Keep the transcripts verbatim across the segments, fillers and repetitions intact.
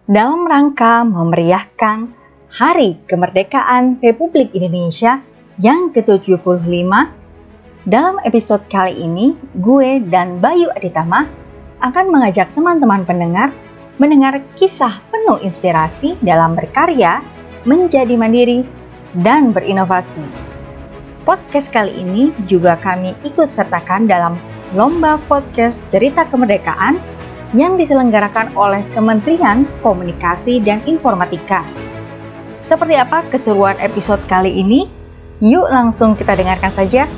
dalam rangka memeriahkan Hari Kemerdekaan Republik Indonesia yang ke tujuh puluh lima. Dalam episode kali ini, gue dan Bayu Aditama akan mengajak teman-teman pendengar mendengar kisah penuh inspirasi dalam berkarya, menjadi mandiri, dan berinovasi. Podcast kali ini juga kami ikut sertakan dalam Lomba Podcast Cerita Kemerdekaan yang diselenggarakan oleh Kementerian Komunikasi dan Informatika. Seperti apa keseruan episode kali ini? Yuk langsung kita dengarkan saja.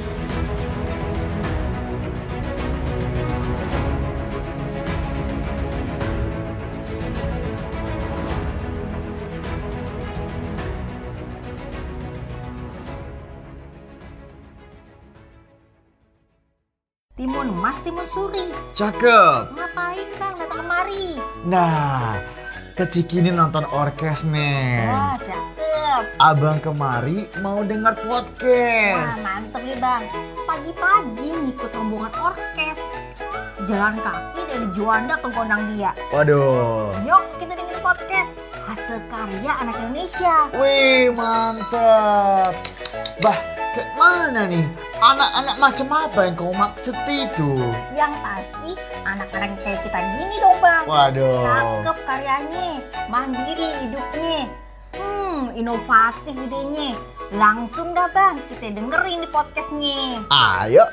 Timun Mas, Timun Suri. Cakep. Ngapain Bang datang kemari? Nah, kecikini nonton orkes nih. Wah, cakep. Abang kemari mau dengar Wah, podcast. mantep nih Bang. Pagi-pagi ngikut rombongan orkes. Jalan kaki dari Juanda ke Gondang Dia. Waduh. Yuk kita dengerin podcast hasil karya anak Indonesia. Wih, mantap. Bah, ke mana nih? Anak-anak macam apa yang kau maksud itu? Yang pasti anak-anak kayak kita gini dong Bang. Waduh. Cakep karyanya, mandiri hidupnya. Hmm, inovatif idenya. Langsung dah Bang, kita dengerin di podcastnya. Ayo.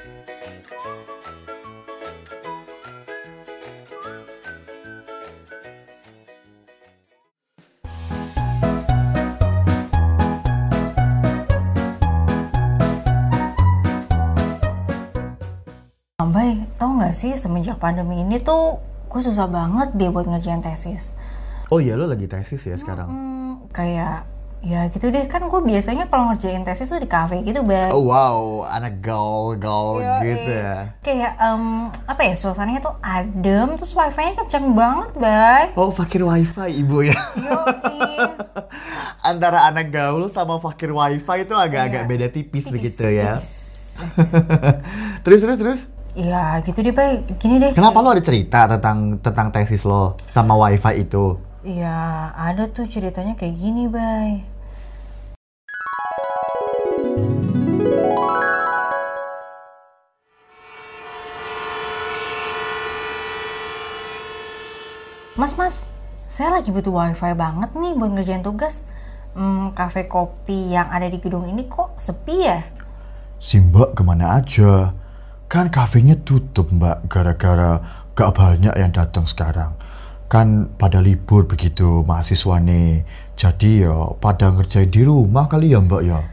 Bay, tau gak sih semenjak pandemi ini tuh gue susah banget deh buat ngerjain tesis. Oh iya, lo lagi tesis ya sekarang? Hmm, kayak ya gitu deh, kan gue biasanya kalau ngerjain tesis tuh di kafe gitu Bay. Oh wow, anak gaul-gaul gitu ya. Kayak um, apa ya, suasananya tuh adem, terus wifi-nya kenceng banget Bay. Oh, fakir wifi ibu ya? Yoi. Antara anak gaul sama fakir wifi itu agak-agak Iya. beda tipis, Tipis, begitu ya. tipis. terus terus terus. Ya gitu deh Bay, gini deh. Kenapa lo ada cerita tentang tentang tesis lo sama wifi itu? Ya ada tuh ceritanya kayak gini Bay. Mas mas, saya lagi butuh wifi banget nih buat ngerjain tugas. Hmm, kafe kopi yang ada di gedung ini kok sepi ya? Si mbak kemana aja? Kan kafenya tutup mbak, gara-gara gak banyak yang datang sekarang. Kan pada libur begitu mahasiswa nih. Jadi ya pada ngerjain di rumah kali ya mbak ya.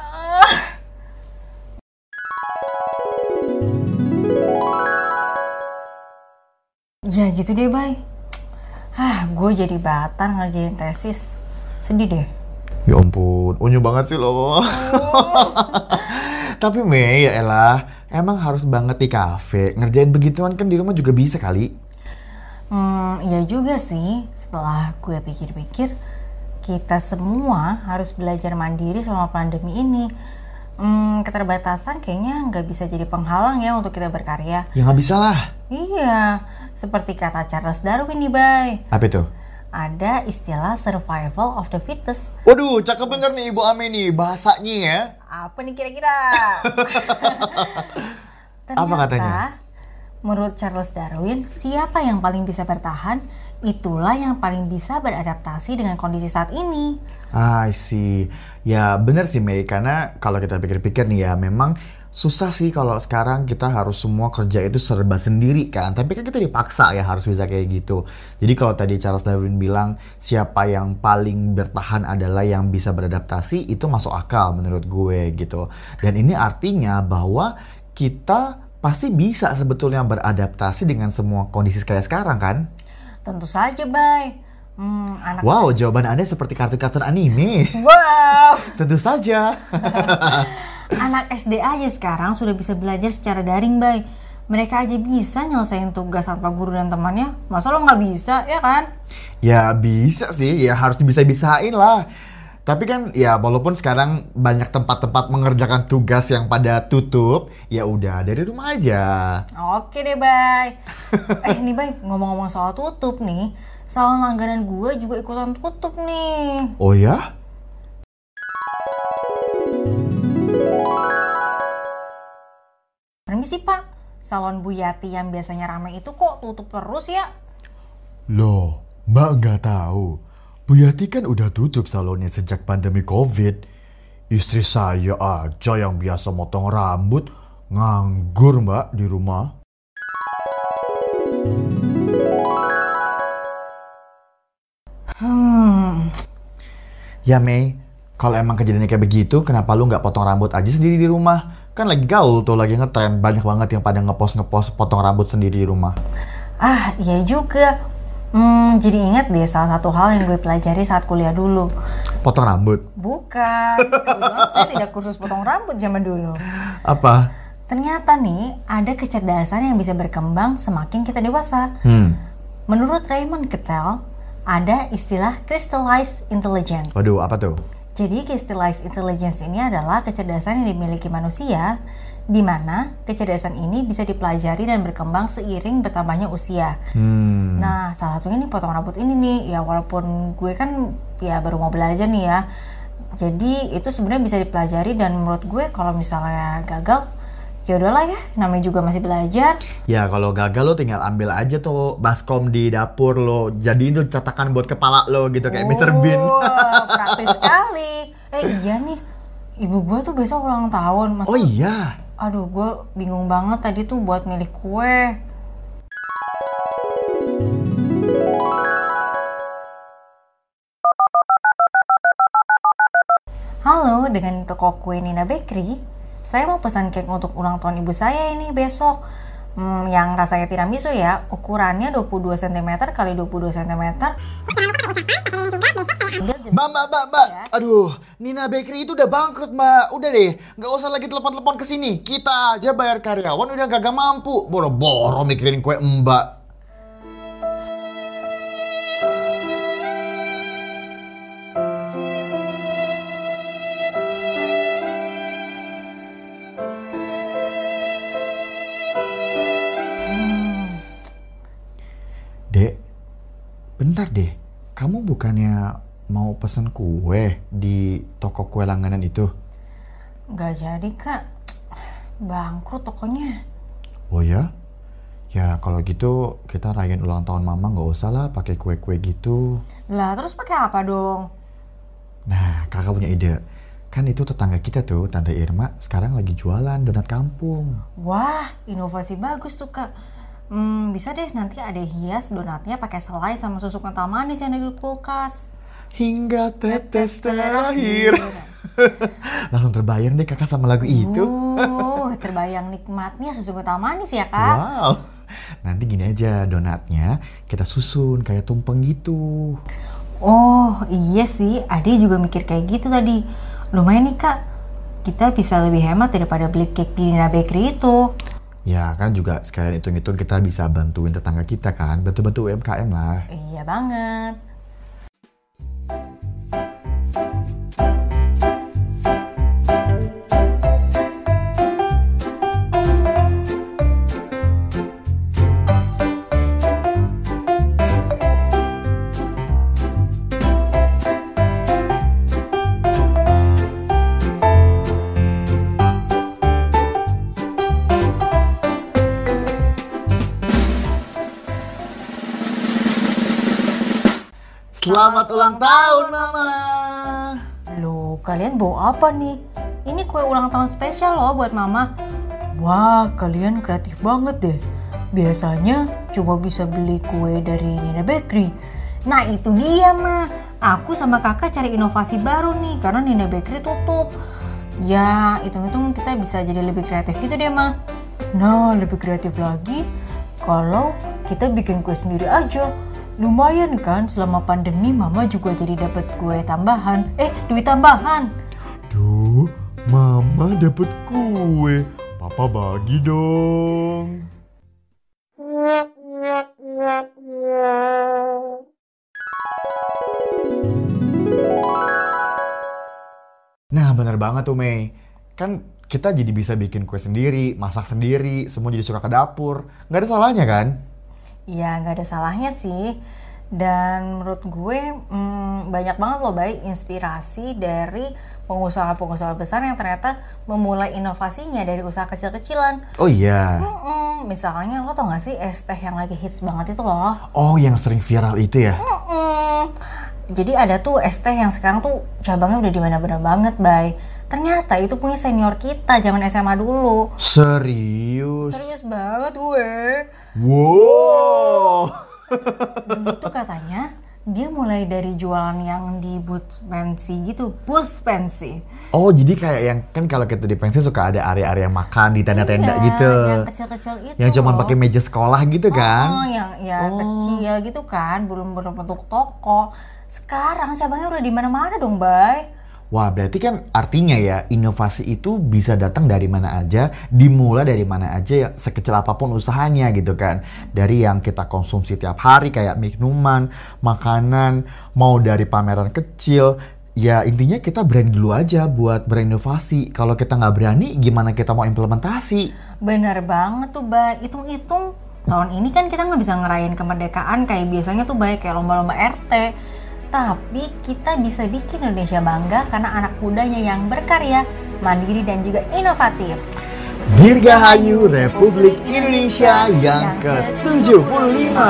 Ya gitu deh Bay. Ah, gue jadi batal ngerjain tesis. Sedih deh. Ya ampun, unyu banget sih lo. Tapi Mei, ya elah, emang harus banget di kafe. Ngerjain begituan kan di rumah juga bisa kali. Hmm, iya juga sih. Setelah gue pikir-pikir, kita semua harus belajar mandiri selama pandemi ini. Hmm, keterbatasan kayaknya nggak bisa jadi penghalang ya untuk kita berkarya. Ya nggak bisa lah. Iya, seperti kata Charles Darwin nih, Bay. Apa itu? Ada istilah survival of the fittest. Waduh, cakep bener nih Ibu Ame nih, bahasanya ya. Apa nih kira-kira? Ternyata, Apa katanya? menurut Charles Darwin, siapa yang paling bisa bertahan, itulah yang paling bisa beradaptasi dengan kondisi saat ini. I see. Ya bener sih Mei, karena kalau kita pikir-pikir nih ya, memang susah sih kalau sekarang kita harus semua kerja itu serba sendiri kan. Tapi kan kita dipaksa ya harus bisa kayak gitu. Jadi kalau tadi Charles Darwin bilang siapa yang paling bertahan adalah yang bisa beradaptasi, itu masuk akal menurut gue gitu. Dan ini artinya bahwa kita pasti bisa sebetulnya beradaptasi dengan semua kondisi kayak sekarang kan? Tentu saja, Bay. Hmm, anak Wow, jawaban Anda seperti kartun-kartun anime. Wow. Tentu saja. Anak S D aja sekarang sudah bisa belajar secara daring, Bay. Mereka aja bisa nyelesain tugas tanpa guru dan temannya. Masa lo nggak bisa, ya kan? Ya bisa sih, ya harus bisa-bisain lah. Tapi kan ya walaupun sekarang banyak tempat-tempat mengerjakan tugas yang pada tutup, ya udah dari rumah aja. Oke deh, Bay. eh nih, Bay, ngomong-ngomong soal tutup nih, salon langganan gue juga ikutan tutup nih. Oh ya? Permisi Pak, salon Bu Yati yang biasanya ramai itu kok tutup terus ya? Loh, Mbak nggak tahu. Bu Yati kan udah tutup salonnya sejak pandemi Covid. Istri saya aja yang biasa motong rambut nganggur Mbak di rumah. Hmm. Ya Mei, kalau emang kejadiannya kayak begitu, kenapa lu nggak potong rambut aja sendiri di rumah? Kan lagi gaul tuh, lagi ngetren, banyak banget yang pada ngepost-ngepost potong rambut sendiri di rumah. Ah, iya juga. Hmm, jadi ingat deh salah satu hal yang gue pelajari saat kuliah dulu. Potong rambut? Bukan, kebetulan saya tidak kursus potong rambut zaman dulu. Apa? Ternyata nih, ada kecerdasan yang bisa berkembang semakin kita dewasa. Hmm. Menurut Raymond Cattell, ada istilah crystallized intelligence. Waduh, apa tuh? Jadi crystallized intelligence ini adalah kecerdasan yang dimiliki manusia, di mana kecerdasan ini bisa dipelajari dan berkembang seiring bertambahnya usia. Hmm. Nah, salah satunya nih potong rambut ini nih, ya walaupun gue kan ya baru mau belajar nih ya. Jadi itu sebenarnya bisa dipelajari dan menurut gue kalau misalnya gagal, ya udahlah ya, namanya juga masih belajar. Ya kalau gagal lo tinggal ambil aja tuh baskom di dapur lo, jadiin tuh cetakan buat kepala lo gitu kayak mister Bean. Praktis sekali. Eh iya nih, ibu gue tuh besok ulang tahun. Masa, Oh iya. aduh gue bingung banget tadi tuh buat milih kue. Halo, dengan toko kue Nina Bakery. Saya mau pesan cake untuk ulang tahun ibu saya ini besok. Hmm, yang rasanya tiramisu ya, ukurannya dua puluh dua sentimeter kali dua puluh dua sentimeter. Mbak, mbak, mbak, mbak. Aduh, Nina Bakery itu udah bangkrut, mbak. Udah deh, nggak usah lagi telepon-telepon kesini. Kita aja bayar karyawan udah gak mampu. Boro-boro mikirin kue mbak. Dek, bentar deh. Kamu bukannya mau pesen kue di toko kue langganan itu? Gak jadi kak, bangkrut tokonya. Oh ya? Ya kalau gitu kita rayain ulang tahun mama nggak usah lah pakai kue-kue gitu. Lah terus pakai apa dong? Nah kakak punya ide. Kan itu tetangga kita tuh, Tante Irma sekarang lagi jualan donat kampung. Wah, inovasi bagus tuh kak. Hmm, bisa deh nanti ada hias donatnya pakai selai sama susu kental manis yang ada di kulkas. Hingga tetes terakhir. Langsung terbayang deh kakak sama lagu itu. Uh, terbayang nikmatnya susu kental manis ya kak. Wow. Nanti gini aja, donatnya kita susun kayak tumpeng gitu. Oh iya sih, Ade juga mikir kayak gitu tadi. Lumayan nih kak, kita bisa lebih hemat daripada beli cake di Nina Bakery itu. Ya kan juga sekalian hitung-hitung kita bisa bantuin tetangga kita kan, bantu-bantu U M K M lah. Iya banget. Selamat ulang tahun mama. Loh, kalian bawa apa nih? Ini kue ulang tahun spesial loh buat mama. Wah, kalian kreatif banget deh. Biasanya cuma bisa beli kue dari Nina Bakery. Nah itu dia mah. Aku sama kakak cari inovasi baru nih karena Nina Bakery tutup. Ya, hitung-hitung kita bisa jadi lebih kreatif gitu deh mah. Nah, lebih kreatif lagi kalau kita bikin kue sendiri aja. Lumayan kan, selama pandemi mama juga jadi dapat kue tambahan. Eh, duit tambahan. Duh, mama dapat kue. Papa bagi dong. Nah, bener banget tuh Mei. Kan kita jadi bisa bikin kue sendiri, masak sendiri, semua jadi suka ke dapur. Nggak ada salahnya kan? Ya nggak ada salahnya sih. Dan menurut gue hmm, banyak banget loh baik inspirasi dari pengusaha-pengusaha besar yang ternyata memulai inovasinya dari usaha kecil-kecilan. Oh iya. Mm-mm. Misalnya lo tau gak sih es teh yang lagi hits banget itu loh? Oh, yang sering viral itu ya? Mm-mm. Jadi ada tuh es teh yang sekarang tuh cabangnya udah di mana-mana banget, Bay. Ternyata itu punya senior kita zaman S M A dulu. Serius? Serius banget gue. Wow. Dulu tuh katanya dia mulai dari jualan yang di booth pensi gitu, booth pensi. Oh, jadi kayak yang kan kalau kita di pensi suka ada area-area makan di tenda-tenda Iya, gitu. yang kecil-kecil itu. Yang cuma loh. pakai meja sekolah gitu kan? Oh, yang ya Oh. kecil gitu kan, belum belum bentuk toko. Sekarang cabangnya udah di mana-mana dong, Bay. Wah, berarti kan artinya ya inovasi itu bisa datang dari mana aja, dimulai dari mana aja ya, sekecil apapun usahanya gitu kan. Dari yang kita konsumsi tiap hari kayak minuman, makanan, mau dari pameran kecil. Ya intinya kita berani dulu aja buat berinovasi. Kalau kita nggak berani, gimana kita mau implementasi? Bener banget tuh, Bay. Hitung-hitung tahun ini kan kita nggak bisa ngerayain kemerdekaan kayak biasanya tuh, Bay, kayak lomba-lomba R T. Tapi kita bisa bikin Indonesia bangga karena anak mudanya yang berkarya, mandiri dan juga inovatif. Dirgahayu Republik Indonesia yang ke tujuh puluh lima.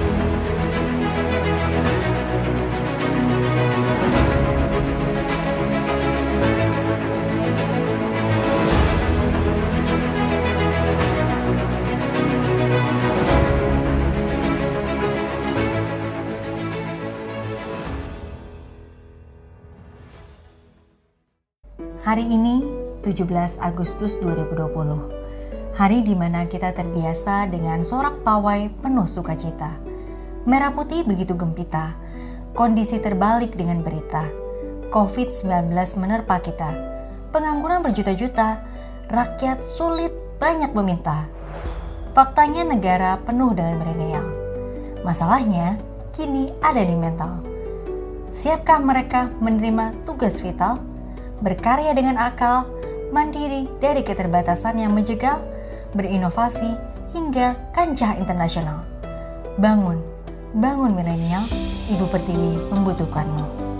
Hari ini tujuh belas Agustus dua ribu dua puluh. Hari di mana kita terbiasa dengan sorak pawai penuh sukacita. Merah putih begitu gempita. Kondisi terbalik dengan berita. covid sembilan belas menerpa kita. Pengangguran berjuta-juta. Rakyat sulit banyak meminta. Faktanya negara penuh dengan milenial. Masalahnya kini ada di mental. Siapkah mereka menerima tugas vital? Berkarya dengan akal, mandiri dari keterbatasan yang menjegal, berinovasi hingga kancah internasional. Bangun, bangun milenial, Ibu Pertiwi membutuhkanmu.